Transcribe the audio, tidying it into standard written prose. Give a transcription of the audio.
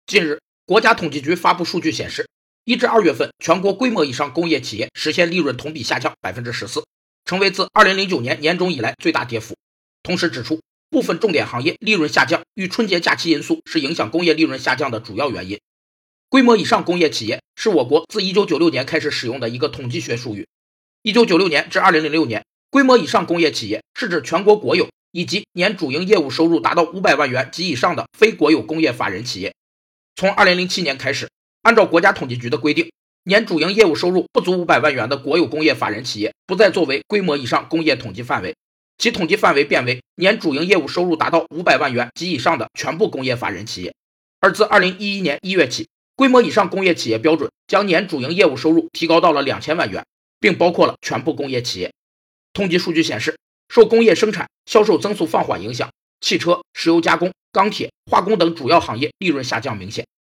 近日，国家统计局发布数据显示，1至2月份全国规模以上工业企业实现利润同比下降14%，成为自2009年年中以来最大跌幅。同时指出，部分重点行业利润下降与春节假期因素是影响工业利润下降的主要原因。规模以上工业企业是我国自1996年开始使用的一个统计学术语。1996年至2006年，规模以上工业企业是指全国国有以及年主营业务收入达到500万元及以上的非国有工业法人企业。从2007年开始，按照国家统计局的规定，年主营业务收入不足500万元的国有工业法人企业不再作为规模以上工业统计范围，其统计范围变为年主营业务收入达到500万元及以上的全部工业法人企业。而自2011年1月起，规模以上工业企业标准将年主营业务收入提高到了2000万元，并包括了全部工业企业。统计数据显示，受工业生产、销售增速放缓影响，汽车、石油加工、钢铁、化工等主要行业利润下降明显，